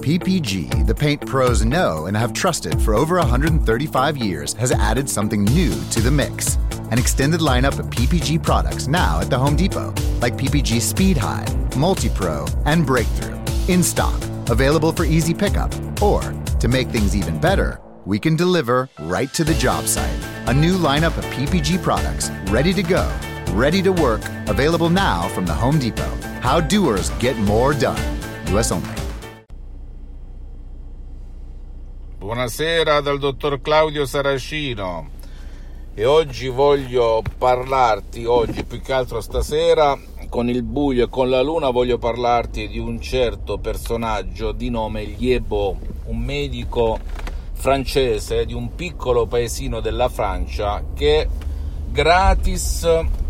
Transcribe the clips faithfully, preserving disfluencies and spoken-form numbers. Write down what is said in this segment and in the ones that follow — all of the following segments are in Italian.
P P G, the paint pros know and have trusted for over one hundred thirty-five years, has added something new to the mix. An extended lineup of P P G products now at the Home Depot, like P P G Speed High, Multi-Pro, and Breakthrough. In stock, available for easy pickup, or, to make things even better, we can deliver right to the job site. A new lineup of P P G products, ready to go, ready to work, available now from the Home Depot. How doers get more done. U S only. Buonasera dal dottor Claudio Saracino e oggi voglio parlarti, oggi più che altro stasera, con il buio e con la luna voglio parlarti di un certo personaggio di nome Liébaud, un medico francese di un piccolo paesino della Francia che gratis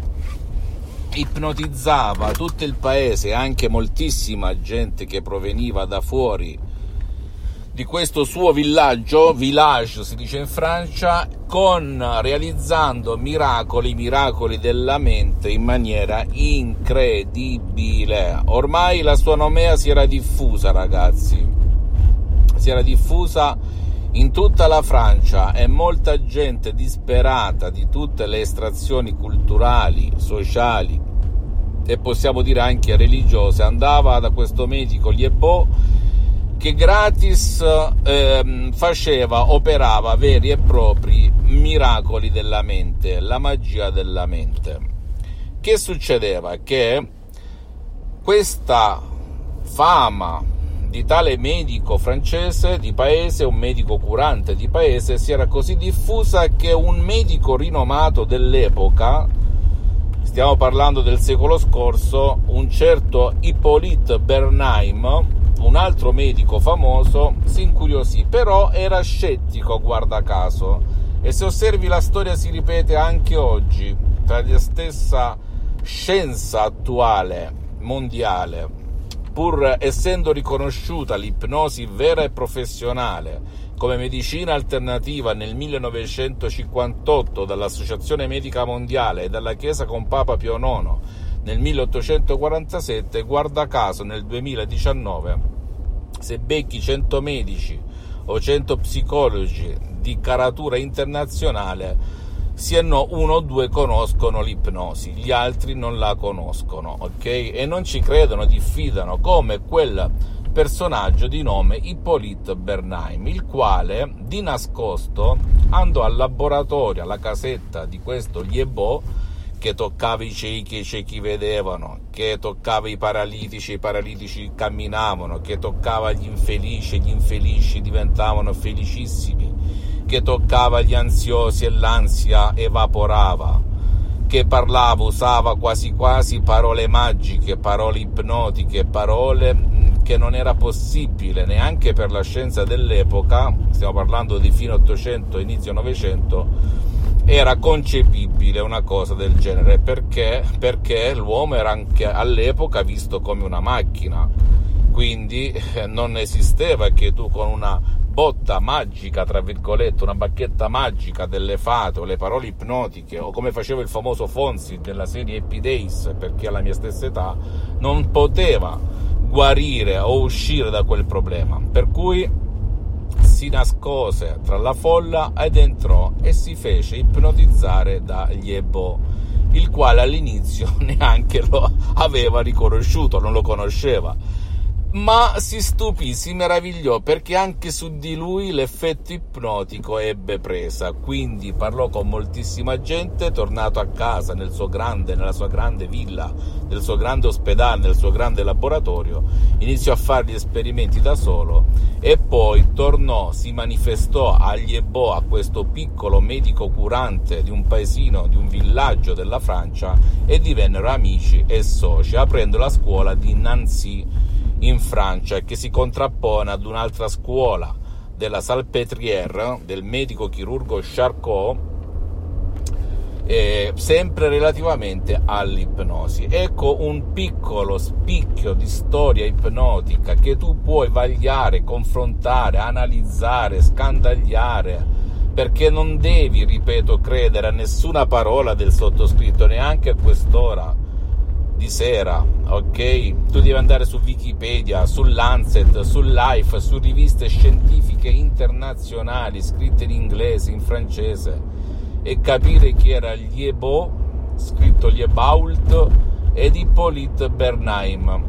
ipnotizzava tutto il paese e anche moltissima gente che proveniva da fuori di questo suo villaggio, village si dice in Francia, con realizzando miracoli, miracoli della mente in maniera incredibile. Ormai la sua nomea si era diffusa, ragazzi, si era diffusa in tutta la Francia e molta gente disperata di tutte le estrazioni culturali, sociali e possiamo dire anche religiose andava da questo medico Liébaud che gratis eh, faceva, operava veri e propri miracoli della mente, la magia della mente. Che succedeva? Che questa fama di tale medico francese di paese, un medico curante di paese, si era così diffusa che un medico rinomato dell'epoca, stiamo parlando del secolo scorso, un certo Hippolyte Bernheim, un altro medico famoso, si incuriosì, però era scettico, guarda caso, e se osservi la storia si ripete anche oggi tra la stessa scienza attuale mondiale. Pur essendo riconosciuta l'ipnosi vera e professionale come medicina alternativa nel millenovecentocinquantotto dall'Associazione Medica Mondiale e dalla Chiesa con Papa Pio nono nel milleottocentoquarantasette, guarda caso nel duemiladiciannove, se becchi cento medici o cento psicologi di caratura internazionale, sì e no, uno o due conoscono l'ipnosi, gli altri non la conoscono, ok? E non ci credono, diffidano, come quel personaggio di nome Hippolyte Bernheim, il quale di nascosto andò al laboratorio, alla casetta di questo Liébaud, che toccava i ciechi e i ciechi vedevano, che toccava i paralitici e i paralitici camminavano, che toccava gli infelici e gli infelici diventavano felicissimi, che toccava gli ansiosi e l'ansia evaporava, che parlava, usava quasi quasi parole magiche, parole ipnotiche, parole che non era possibile neanche per la scienza dell'epoca, stiamo parlando di fine ottocento, inizio novecento, era concepibile una cosa del genere. Perché? Perché l'uomo era anche all'epoca visto come una macchina, quindi non esisteva che tu con una botta magica, tra virgolette, una bacchetta magica delle fate o le parole ipnotiche, o come faceva il famoso Fonzi nella serie Happy Days, perché alla mia stessa età, non poteva guarire o uscire da quel problema. Per cui si nascose tra la folla ed entrò e si fece ipnotizzare da Liébaud, il quale all'inizio neanche lo aveva riconosciuto, non lo conosceva, ma si stupì, si meravigliò, perché anche su di lui l'effetto ipnotico ebbe presa. Quindi parlò con moltissima gente, tornato a casa nel suo grande, nella sua grande villa, nel suo grande ospedale, nel suo grande laboratorio, iniziò a fare gli esperimenti da solo e poi tornò, si manifestò a Liébaud, a questo piccolo medico curante di un paesino, di un villaggio della Francia, e divennero amici e soci, aprendo la scuola di Nancy in Francia, che si contrappone ad un'altra scuola della Salpêtrière, del medico chirurgo Charcot, eh, sempre relativamente all'ipnosi. Ecco un piccolo spicchio di storia ipnotica che tu puoi vagliare, confrontare, analizzare, scandagliare, perché non devi, ripeto, credere a nessuna parola del sottoscritto, neanche a quest'ora di sera, ok? Tu devi andare su Wikipedia, sull'Lancet, sull'Life, su riviste scientifiche internazionali scritte in inglese, in francese, e capire chi era Liébaud, scritto Liebault, ed Hippolyte Bernheim,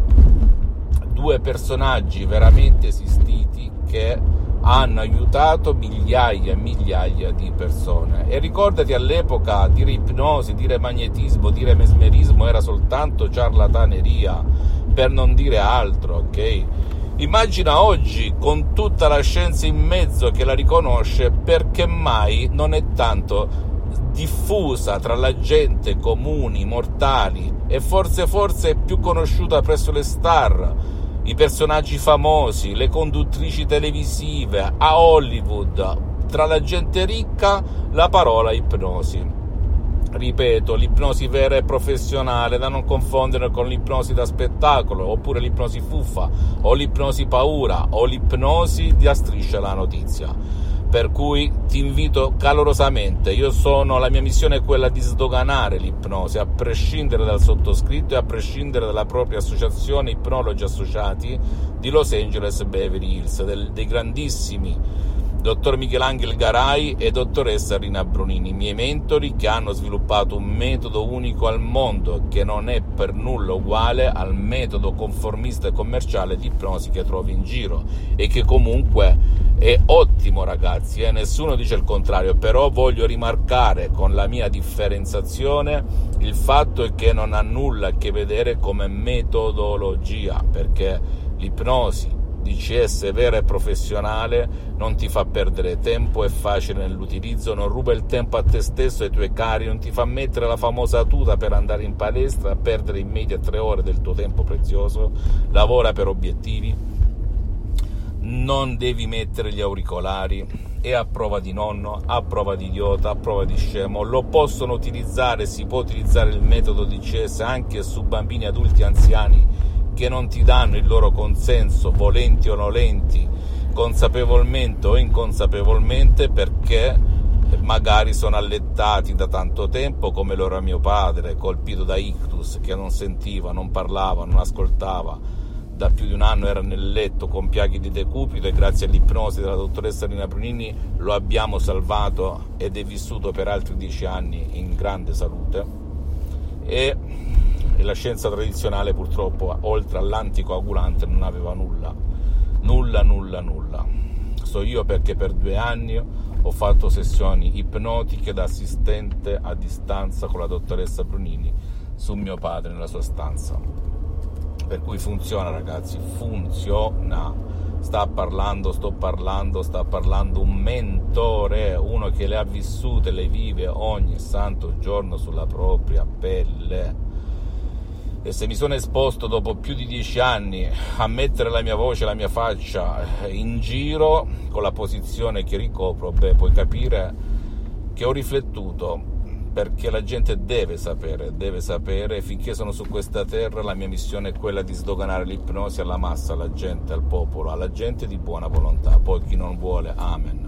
due personaggi veramente esistiti che hanno aiutato migliaia e migliaia di persone. E ricordati, all'epoca dire ipnosi, dire magnetismo, dire mesmerismo era soltanto ciarlataneria, per non dire altro, ok? Immagina oggi, con tutta la scienza in mezzo che la riconosce, perché mai non è tanto diffusa tra la gente comuni, i mortali, e forse forse è più conosciuta presso le star, i personaggi famosi, le conduttrici televisive, a Hollywood, tra la gente ricca, la parola ipnosi. Ripeto, l'ipnosi vera e professionale, da non confondere con l'ipnosi da spettacolo, oppure l'ipnosi fuffa, o l'ipnosi paura, o l'ipnosi da Striscia la Notizia. Per cui ti invito calorosamente, io sono, la mia missione è quella di sdoganare l'ipnosi, a prescindere dal sottoscritto e a prescindere dalla propria associazione Ipnologi Associati di Los Angeles Beverly Hills, del, dei grandissimi dottor Michelangelo Garai e dottoressa Rina Brunini, i miei mentori, che hanno sviluppato un metodo unico al mondo, che non è per nulla uguale al metodo conformista e commerciale di ipnosi che trovi in giro, e che comunque è ottimo, ragazzi, eh? Nessuno dice il contrario, però voglio rimarcare con la mia differenziazione il fatto che non ha nulla a che vedere come metodologia, perché l'ipnosi D C S vera e professionale non ti fa perdere tempo, è facile nell'utilizzo, non ruba il tempo a te stesso e ai tuoi cari, non ti fa mettere la famosa tuta per andare in palestra a perdere in media tre ore del tuo tempo prezioso, lavora per obiettivi, non devi mettere gli auricolari, è a prova di nonno, a prova di idiota, a prova di scemo. Lo possono utilizzare, si può utilizzare il metodo D C S anche su bambini, adulti, anziani che non ti danno il loro consenso, volenti o nolenti, consapevolmente o inconsapevolmente, perché magari sono allettati da tanto tempo, come lo era mio padre, colpito da ictus, che non sentiva, non parlava, non ascoltava, da più di un anno era nel letto con piaghe di decubito, e grazie all'ipnosi della dottoressa Rina Brunini lo abbiamo salvato ed è vissuto per altri dieci anni in grande salute. E E la scienza tradizionale purtroppo, oltre all'anticoagulante, non aveva nulla, nulla, nulla, nulla. So io perché per due anni ho fatto sessioni ipnotiche da assistente a distanza con la dottoressa Brunini su mio padre nella sua stanza. Per cui funziona, ragazzi, funziona. Sta parlando, sto parlando, sta parlando un mentore, uno che le ha vissute, le vive ogni santo giorno sulla propria pelle. E se mi sono esposto dopo più di dieci anni a mettere la mia voce, la mia faccia in giro con la posizione che ricopro, beh, puoi capire che ho riflettuto, perché la gente deve sapere, deve sapere, finché sono su questa terra la mia missione è quella di sdoganare l'ipnosi alla massa, alla gente, al popolo, alla gente di buona volontà, poi chi non vuole, amen.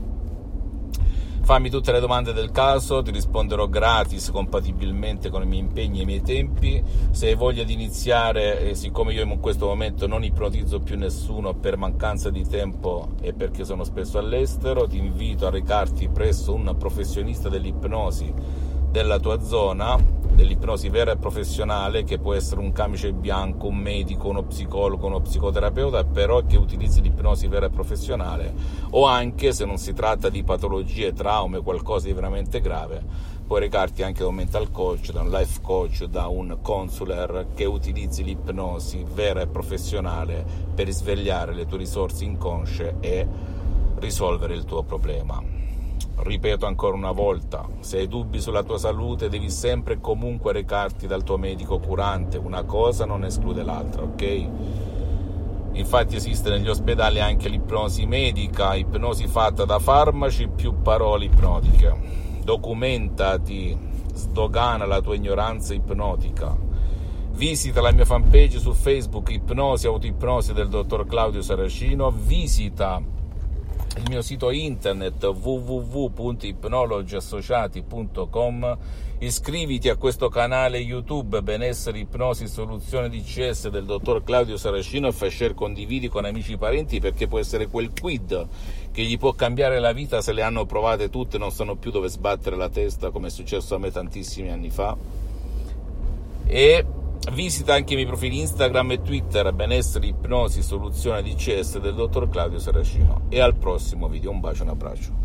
Fammi tutte le domande del caso, ti risponderò gratis, compatibilmente con i miei impegni e i miei tempi. Se hai voglia di iniziare, eh, siccome io in questo momento non ipnotizzo più nessuno per mancanza di tempo e perché sono spesso all'estero, ti invito a recarti presso un professionista dell'ipnosi della tua zona, dell'ipnosi vera e professionale, che può essere un camice bianco, un medico, uno psicologo, uno psicoterapeuta, però che utilizzi l'ipnosi vera e professionale, o anche, se non si tratta di patologie, traume, qualcosa di veramente grave, puoi recarti anche da un mental coach, da un life coach, da un counselor che utilizzi l'ipnosi vera e professionale per risvegliare le tue risorse inconsce e risolvere il tuo problema. Ripeto ancora una volta, se hai dubbi sulla tua salute devi sempre e comunque recarti dal tuo medico curante, una cosa non esclude l'altra, ok? Infatti esiste negli ospedali anche l'ipnosi medica, ipnosi fatta da farmaci più parole ipnotiche. Documentati, sdogana la tua ignoranza ipnotica. Visita la mia fanpage su Facebook, Ipnosi Autoipnosi del dottor Claudio Saracino, visita il mio sito internet w w w punto ipnologi associati punto com, iscriviti a questo canale YouTube Benessere Ipnosi Soluzione D C S del dottor Claudio Saracino e fai share, condividi con amici e parenti, perché può essere quel quid che gli può cambiare la vita se le hanno provate tutte e non sanno più dove sbattere la testa, come è successo a me tantissimi anni fa. E visita anche i miei profili Instagram e Twitter Benessere Ipnosi Soluzione D C S del dottor Claudio Saracino. E al prossimo video, un bacio, un abbraccio.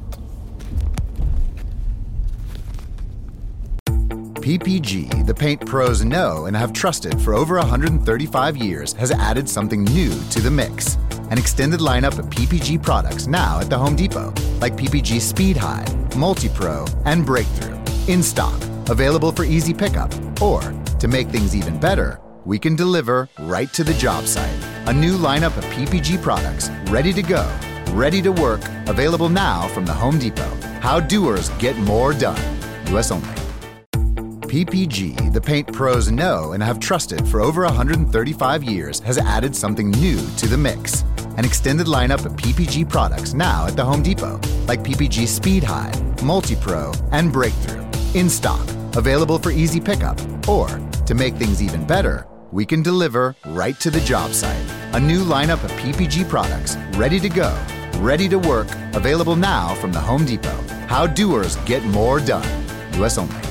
P P G, the paint pros know and have trusted for over one hundred thirty-five years, has added something new to the mix. An extended lineup of P P G products now at the Home Depot, like P P G Speed Hide, Multi-Pro, and Breakthrough. In stock, available for easy pickup, or, to make things even better, we can deliver right to the job site. A new lineup of P P G products, ready to go, ready to work, available now from the Home Depot. How doers get more done. U S only. P P G, the paint pros know and have trusted for over one hundred thirty-five years, has added something new to the mix. An extended lineup of P P G products now at the Home Depot, like P P G Speed Hide, Multi-Pro, and Breakthrough. In stock, available for easy pickup, or, to make things even better, we can deliver right to the job site. A new lineup of P P G products, ready to go, ready to work, available now from the Home Depot. How doers get more done. U S only.